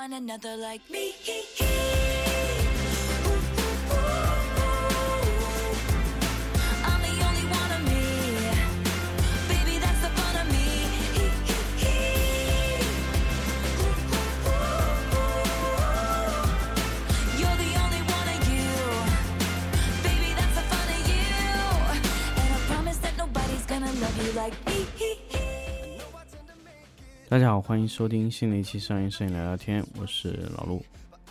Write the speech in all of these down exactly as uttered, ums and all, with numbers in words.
find another like me. I'm the only one of me. Baby, that's the fun of me. You're the only one of you. Baby, that's the fun of you. And I promise that nobody's gonna love you like me. 大家好，欢迎收听新的一期商业摄影聊聊天，我是老陆。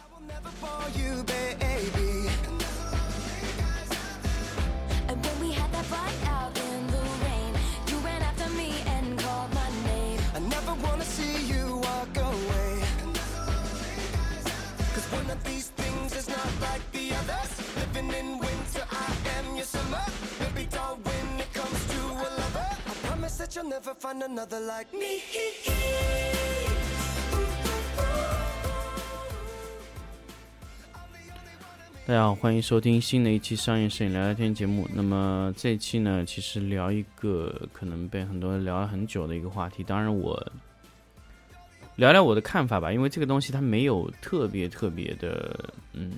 You'll never find another like me. 大家好，欢迎收听新的一期商业摄影聊聊天节目。那么这一期呢，其实聊一个可能被很多人聊了很久的一个话题。当然，我聊聊我的看法吧，因为这个东西它没有特别特别的，嗯，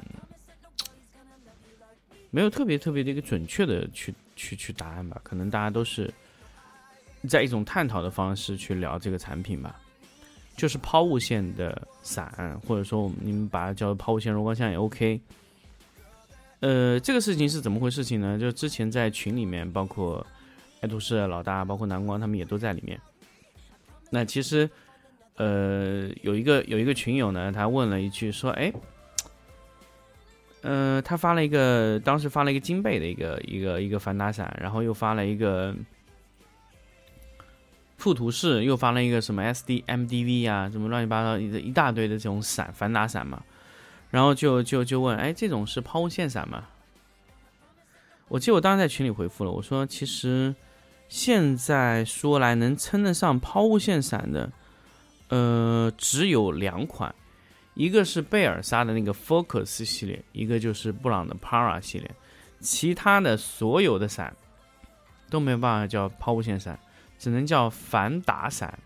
没有特别特别的一个准确的去去去答案吧。可能大家都是在一种探讨的方式去聊这个产品吧，就是抛物线的伞，或者说你们把它叫抛物线柔光箱也 OK。呃，这个事情是怎么回事情呢？就之前在群里面，包括爱图仕老大，包括南光，他们也都在里面。那其实，呃，有一个有一个群友呢，他问了一句说，哎，呃，他发了一个，当时发了一个金贝的一个一个一个反打伞，然后又发了一个富图仕，又发了一个什么 S D M D V 啊，什么乱七八糟一大堆的这种伞反打伞嘛，然后就就就问，哎，这种是抛物线伞吗？我记得我当时在群里回复了，我说其实现在说来能称得上抛物线伞的，呃，只有两款，一个是贝尔莎的那个 Focus 系列，一个就是布朗的 Para 系列，其他的所有的伞都没有办法叫抛物线伞。只能叫反打伞，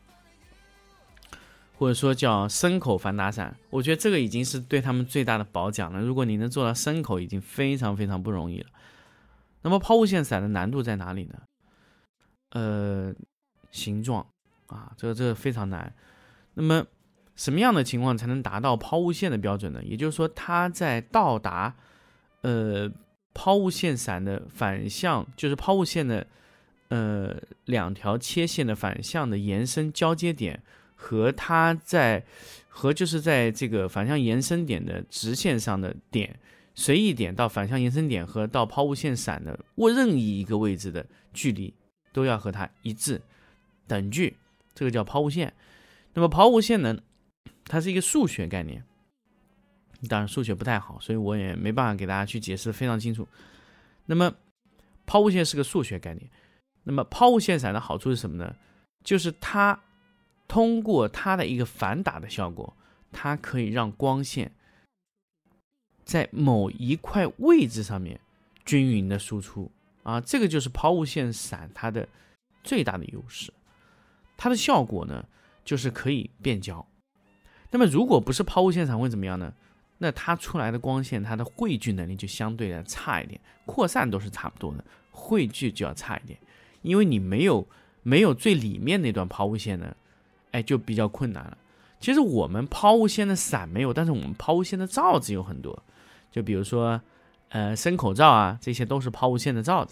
或者说叫深口反打伞。我觉得这个已经是对他们最大的褒奖了。如果你能做到深口，已经非常非常不容易了。那么抛物线伞的难度在哪里呢？呃，形状啊，这个这个非常难。那么什么样的情况才能达到抛物线的标准呢？也就是说，它在到达呃抛物线伞的反向，就是抛物线的。呃，两条切线的反向的延伸交接点和它在和就是在这个反向延伸点的直线上的点，随意点到反向延伸点和到抛物线伞的任意一个位置的距离都要和它一致等距，这个叫抛物线。那么抛物线呢，它是一个数学概念，当然数学不太好，所以我也没办法给大家去解释非常清楚。那么抛物线是个数学概念。那么抛物线伞的好处是什么呢？就是它通过它的一个反打的效果，它可以让光线在某一块位置上面均匀的输出啊，这个就是抛物线伞它的最大的优势。它的效果呢，就是可以变焦。那么如果不是抛物线伞会怎么样呢？那它出来的光线，它的汇聚能力就相对的差一点，扩散都是差不多的，汇聚就要差一点。因为你没有没有最里面那段抛物线呢，哎，就比较困难了。其实我们抛物线的伞没有，但是我们抛物线的罩子有很多，就比如说呃深口罩啊，这些都是抛物线的罩子。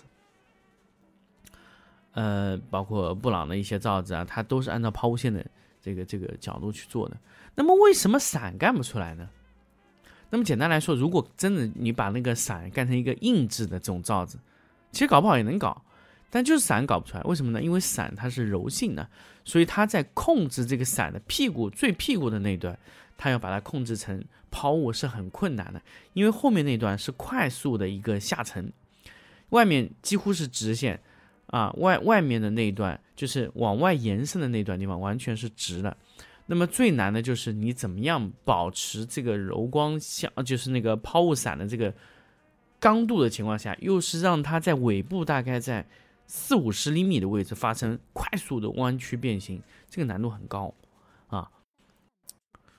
呃，包括布朗的一些罩子啊，它都是按照抛物线的这个这个角度去做的。那么为什么伞干不出来呢？那么简单来说，如果真的你把那个伞干成一个硬质的这种罩子，其实搞不好也能搞。但就是伞搞不出来，为什么呢？因为伞它是柔性的，所以它在控制这个伞的屁股最屁股的那段，它要把它控制成抛物是很困难的，因为后面那段是快速的一个下沉，外面几乎是直线啊，外外面的那一段就是往外延伸的那段地方完全是直的。那么最难的就是你怎么样保持这个柔光像，就是那个抛物伞的这个刚度的情况下，又是让它在尾部大概在四五十厘米的位置发生快速的弯曲变形，这个难度很高啊。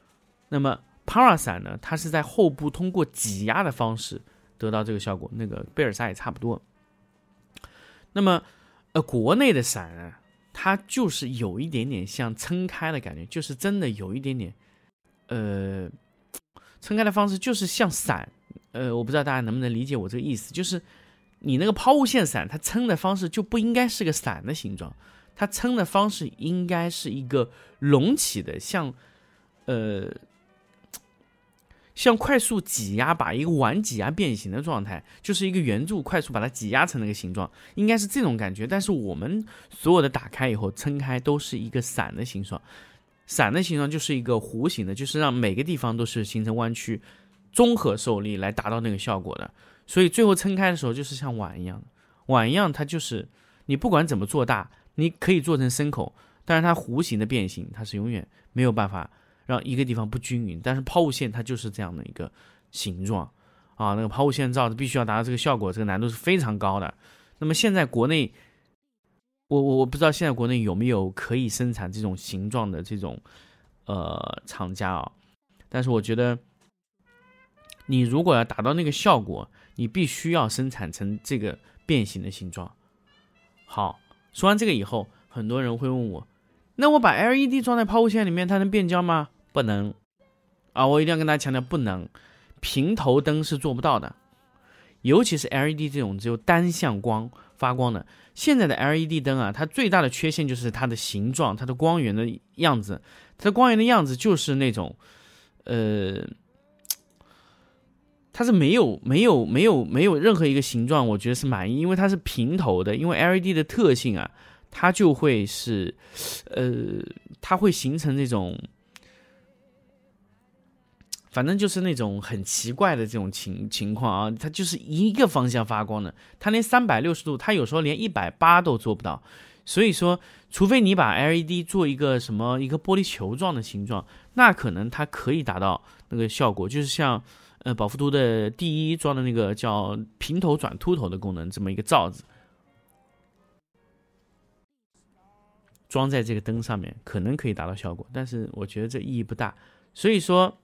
那么 Para 伞呢，它是在后部通过挤压的方式得到这个效果，那个贝尔莎也差不多。那么呃，国内的伞啊，它就是有一点点像撑开的感觉，就是真的有一点点呃，撑开的方式就是像伞，呃，我不知道大家能不能理解我这个意思，就是你那个抛物线伞，它撑的方式就不应该是个伞的形状，它撑的方式应该是一个隆起的，像呃。像快速挤压，把一个碗挤压变形的状态，就是一个圆柱快速把它挤压成那个形状，应该是这种感觉。但是我们所有的打开以后撑开都是一个伞的形状，伞的形状就是一个弧形的，就是让每个地方都是形成弯曲，综合受力来达到那个效果的。所以最后撑开的时候就是像碗一样的，碗一样它就是你不管怎么做大，你可以做成深口，但是它弧形的变形它是永远没有办法让一个地方不均匀，但是抛物线它就是这样的一个形状啊，那个抛物线罩子必须要达到这个效果，这个难度是非常高的。那么现在国内，我我我不知道现在国内有没有可以生产这种形状的这种呃厂家啊，但是我觉得你如果要达到那个效果，你必须要生产成这个变形的形状。好，说完这个以后，很多人会问我，那我把 L E D 装在抛物线里面，它能变焦吗？不能啊！我一定要跟大家强调，不能。平头灯是做不到的，尤其是 L E D 这种只有单向光发光的。现在的 L E D 灯啊，它最大的缺陷就是它的形状，它的光源的样子，它的光源的样子就是那种，呃，它是没有没有没有没有任何一个形状，我觉得是满意，因为它是平头的，因为 L E D 的特性啊。它就会是，呃，它会形成那种，反正就是那种很奇怪的这种情情况啊，它就是一个方向发光的，它连三百六十度，它有时候连一百八都做不到。所以说，除非你把 L E D 做一个什么一个玻璃球状的形状，那可能它可以达到那个效果，就是像呃宝富图的第一装的那个叫平头转秃头的功能，这么一个罩子。装在这个灯上面可能可以达到效果，但是我觉得这意义不大。所以说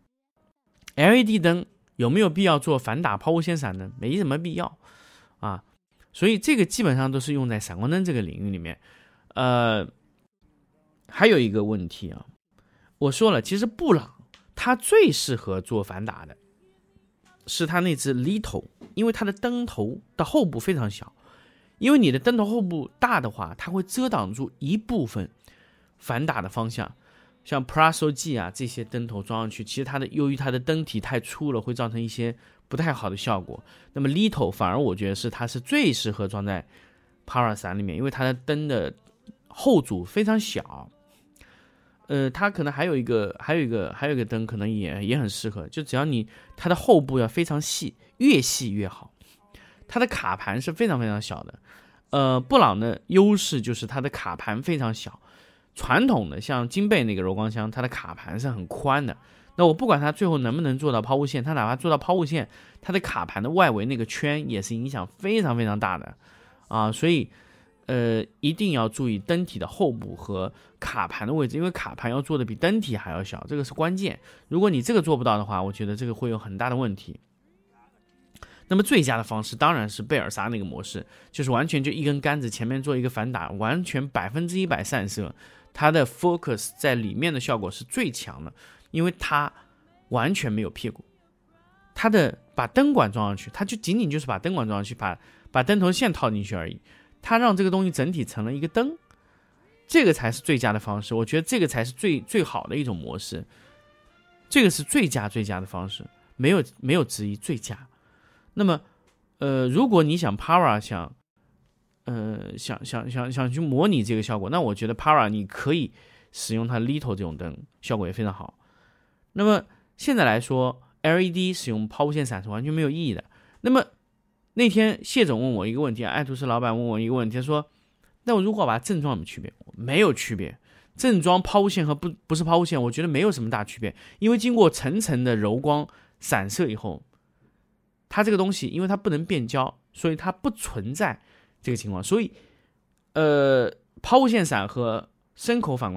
L E D 灯有没有必要做反打抛物线伞呢？没什么必要啊。所以这个基本上都是用在闪光灯这个领域里面。呃，还有一个问题啊，我说了，其实布朗它最适合做反打的是它那只 Little， 因为它的灯头的后部非常小。因为你的灯头后部大的话，它会遮挡住一部分反打的方向，像 Praso G 啊这些灯头装上去，其实它的由于它的灯体太粗了，会造成一些不太好的效果。那么 Little 反而我觉得是它是最适合装在 Para 伞里面，因为它的灯的后阻非常小。呃，它可能还有一个还有一个还有一个灯可能也也很适合，就只要你它的后部要非常细，越细越好。它的卡盘是非常非常小的，呃，布朗的优势就是它的卡盘非常小。传统的像金贝那个柔光箱，它的卡盘是很宽的。那我不管它最后能不能做到抛物线，它哪怕做到抛物线，它的卡盘的外围那个圈也是影响非常非常大的啊。所以，呃，一定要注意灯体的后部和卡盘的位置，因为卡盘要做的比灯体还要小，这个是关键。如果你这个做不到的话，我觉得这个会有很大的问题。那么最佳的方式当然是贝尔莎那个模式，就是完全就一根杆子前面做一个反打，完全百分之一百散射，它的 focus 在里面的效果是最强的，因为它完全没有屁股，它的把灯管装上去，它就仅仅就是把灯管装上去，把把灯头线套进去而已，它让这个东西整体成了一个灯，这个才是最佳的方式，我觉得这个才是最最好的一种模式，这个是最佳最佳的方式，没有没有之一，最佳。那么，呃，如果你想 Para 想，呃，想想想想去模拟这个效果，那我觉得 Para 你可以使用它 Little 这种灯，效果也非常好。那么现在来说 ，L E D 使用抛物线伞是完全没有意义的。那么那天谢总问我一个问题，爱图仕老板问我一个问题，他说：“那我如果把它正装有没有区别？”没有区别。正装抛物线和不不是抛物线，我觉得没有什么大区别，因为经过层层的柔光散射以后。它这个东西，因为它不能变焦，所以它不存在这个情况。所以，呃，抛物线伞和深口反光伞，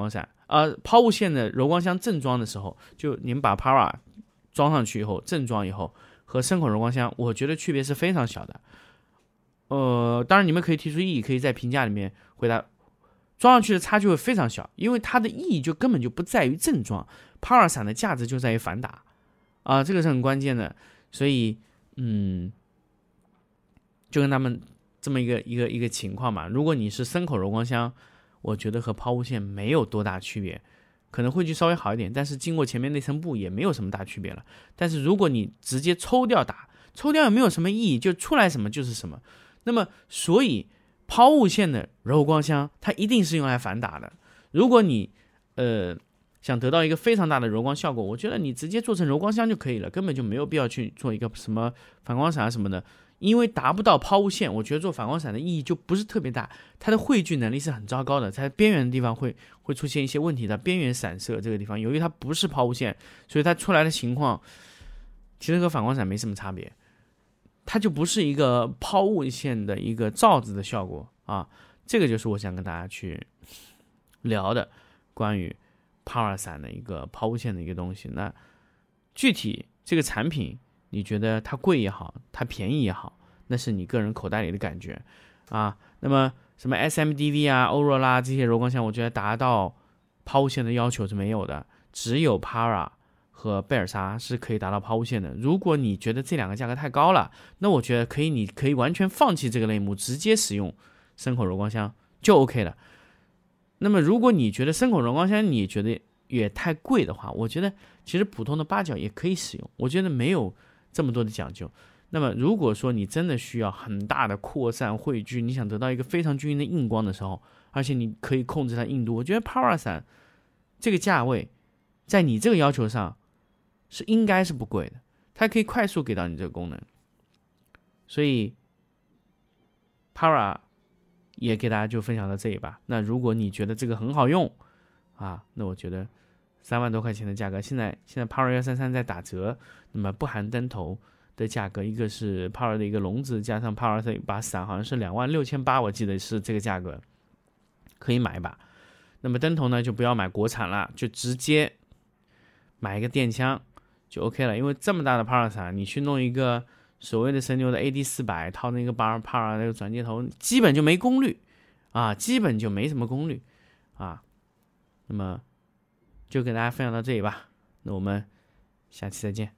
呃，抛物线的柔光箱正装的时候，就你们把 Para 装上去以后，正装以后和深口柔光箱，我觉得区别是非常小的。呃，当然你们可以提出异议，可以在评价里面回答。装上去的差距会非常小，因为它的意义就根本就不在于正装 ，Para 伞的价值就在于反打啊，这个是很关键的。所以，嗯，就跟他们这么一个一个一个情况嘛。如果你是深口柔光箱，我觉得和抛物线没有多大区别，可能会去稍微好一点，但是经过前面那层布也没有什么大区别了。但是如果你直接抽掉打，抽掉也没有什么意义，就出来什么就是什么。那么，所以抛物线的柔光箱它一定是用来反打的。如果你呃想得到一个非常大的柔光效果，我觉得你直接做成柔光箱就可以了，根本就没有必要去做一个什么反光伞什么的，因为达不到抛物线，我觉得做反光伞的意义就不是特别大，它的汇聚能力是很糟糕的，在边缘的地方会会出现一些问题的，边缘散射这个地方，由于它不是抛物线，所以它出来的情况其实和反光伞没什么差别。它就不是一个抛物线的一个罩子的效果啊，这个就是我想跟大家去聊的关于 Para 伞的一个抛物线的一个东西。那具体这个产品，你觉得它贵也好，它便宜也好，那是你个人口袋里的感觉啊。那么什么 S M D V 啊、欧若拉这些柔光箱，我觉得达到抛物线的要求是没有的，只有 Para和贝尔莎是可以达到抛物线的。如果你觉得这两个价格太高了，那我觉得可以，你可以完全放弃这个类目，直接使用深口柔光箱就 OK 了。那么如果你觉得深口柔光箱你觉得也太贵的话，我觉得其实普通的八角也可以使用，我觉得没有这么多的讲究。那么如果说你真的需要很大的扩散汇聚，你想得到一个非常均匀的映光的时候，而且你可以控制它硬度，我觉得 Para 伞这个价位在你这个要求上是应该是不贵的，它可以快速给到你这个功能。所以 Para 也给大家就分享到这里吧。那如果你觉得这个很好用啊，那我觉得三万多块钱的价格，现在现在 Para 一三三在打折，那么不含灯头的价格，一个是 Para 的一个笼子加上 Para 的一把伞，好像是两万六千八，我记得是这个价格，可以买一把。那么灯头呢，就不要买国产了，就直接买一个电枪就 OK 了。因为这么大的 Para 伞，你去弄一个所谓的神牛的 A D 四百套那个 Para 那个转接头，基本就没功率啊，基本就没什么功率啊。那么就给大家分享到这里吧，那我们下期再见。